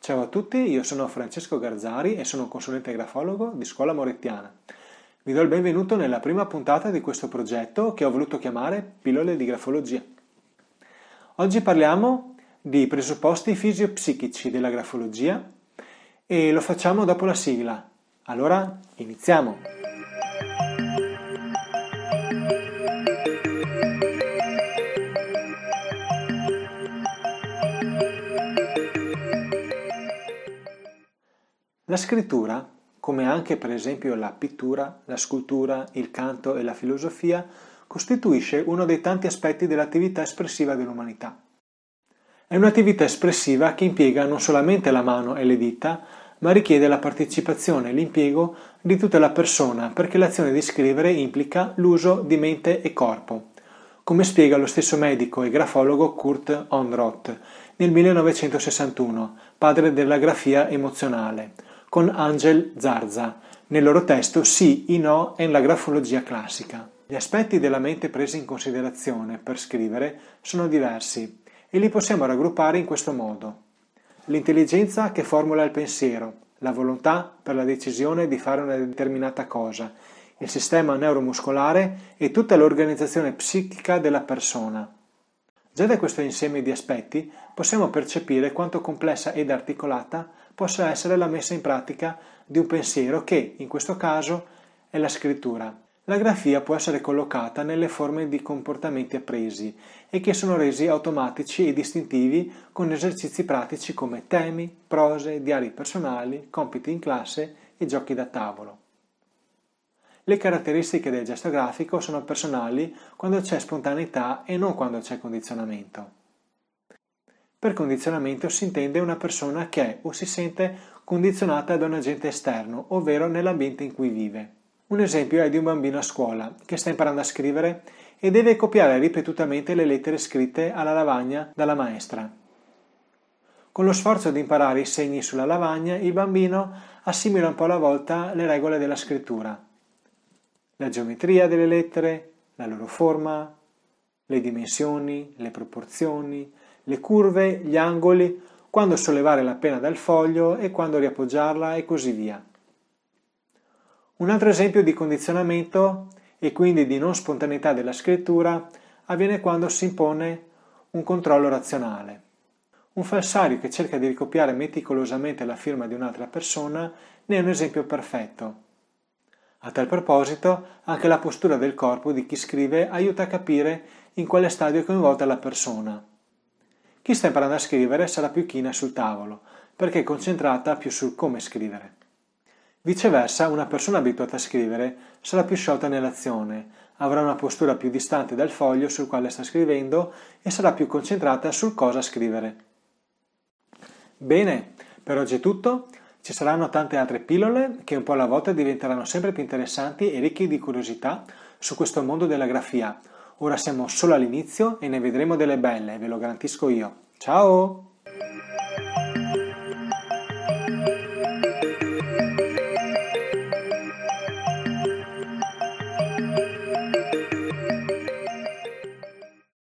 Ciao a tutti, io sono Francesco Garzari e sono un consulente grafologo di Scuola Morettiana. Vi do il benvenuto nella prima puntata di questo progetto che ho voluto chiamare Pillole di grafologia. Oggi parliamo di presupposti fisiopsichici della grafologia e lo facciamo dopo la sigla. Allora, iniziamo! La scrittura, come anche per esempio la pittura, la scultura, il canto e la filosofia, costituisce uno dei tanti aspetti dell'attività espressiva dell'umanità. È un'attività espressiva che impiega non solamente la mano e le dita, ma richiede la partecipazione e l'impiego di tutta la persona, perché l'azione di scrivere implica l'uso di mente e corpo, come spiega lo stesso medico e grafologo Kurt Onroth nel 1961, padre della grafia emozionale, con Angel Zarza, nel loro testo Sì, i no e la grafologia classica. Gli aspetti della mente presi in considerazione per scrivere sono diversi e li possiamo raggruppare in questo modo. L'intelligenza che formula il pensiero, la volontà per la decisione di fare una determinata cosa, il sistema neuromuscolare e tutta l'organizzazione psichica della persona. Già da questo insieme di aspetti possiamo percepire quanto complessa ed articolata possa essere la messa in pratica di un pensiero che, in questo caso, è la scrittura. La grafia può essere collocata nelle forme di comportamenti appresi e che sono resi automatici e distintivi con esercizi pratici come temi, prose, diari personali, compiti in classe e giochi da tavolo. Le caratteristiche del gesto grafico sono personali quando c'è spontaneità e non quando c'è condizionamento. Per condizionamento si intende una persona che è o si sente condizionata da un agente esterno, ovvero nell'ambiente in cui vive. Un esempio è di un bambino a scuola che sta imparando a scrivere e deve copiare ripetutamente le lettere scritte alla lavagna dalla maestra. Con lo sforzo di imparare i segni sulla lavagna, il bambino assimila un po' alla volta le regole della scrittura. La geometria delle lettere, la loro forma, le dimensioni, le proporzioni, le curve, gli angoli, quando sollevare la penna dal foglio e quando riappoggiarla e così via. Un altro esempio di condizionamento e quindi di non spontaneità della scrittura avviene quando si impone un controllo razionale. Un falsario che cerca di ricopiare meticolosamente la firma di un'altra persona ne è un esempio perfetto. A tal proposito, anche la postura del corpo di chi scrive aiuta a capire in quale stadio è coinvolta la persona. Chi sta imparando a scrivere sarà più china sul tavolo, perché è concentrata più sul come scrivere. Viceversa, una persona abituata a scrivere sarà più sciolta nell'azione, avrà una postura più distante dal foglio sul quale sta scrivendo e sarà più concentrata sul cosa scrivere. Bene, per oggi è tutto. Ci saranno tante altre pillole che un po' alla volta diventeranno sempre più interessanti e ricche di curiosità su questo mondo della grafia. Ora siamo solo all'inizio e ne vedremo delle belle, ve lo garantisco io. Ciao!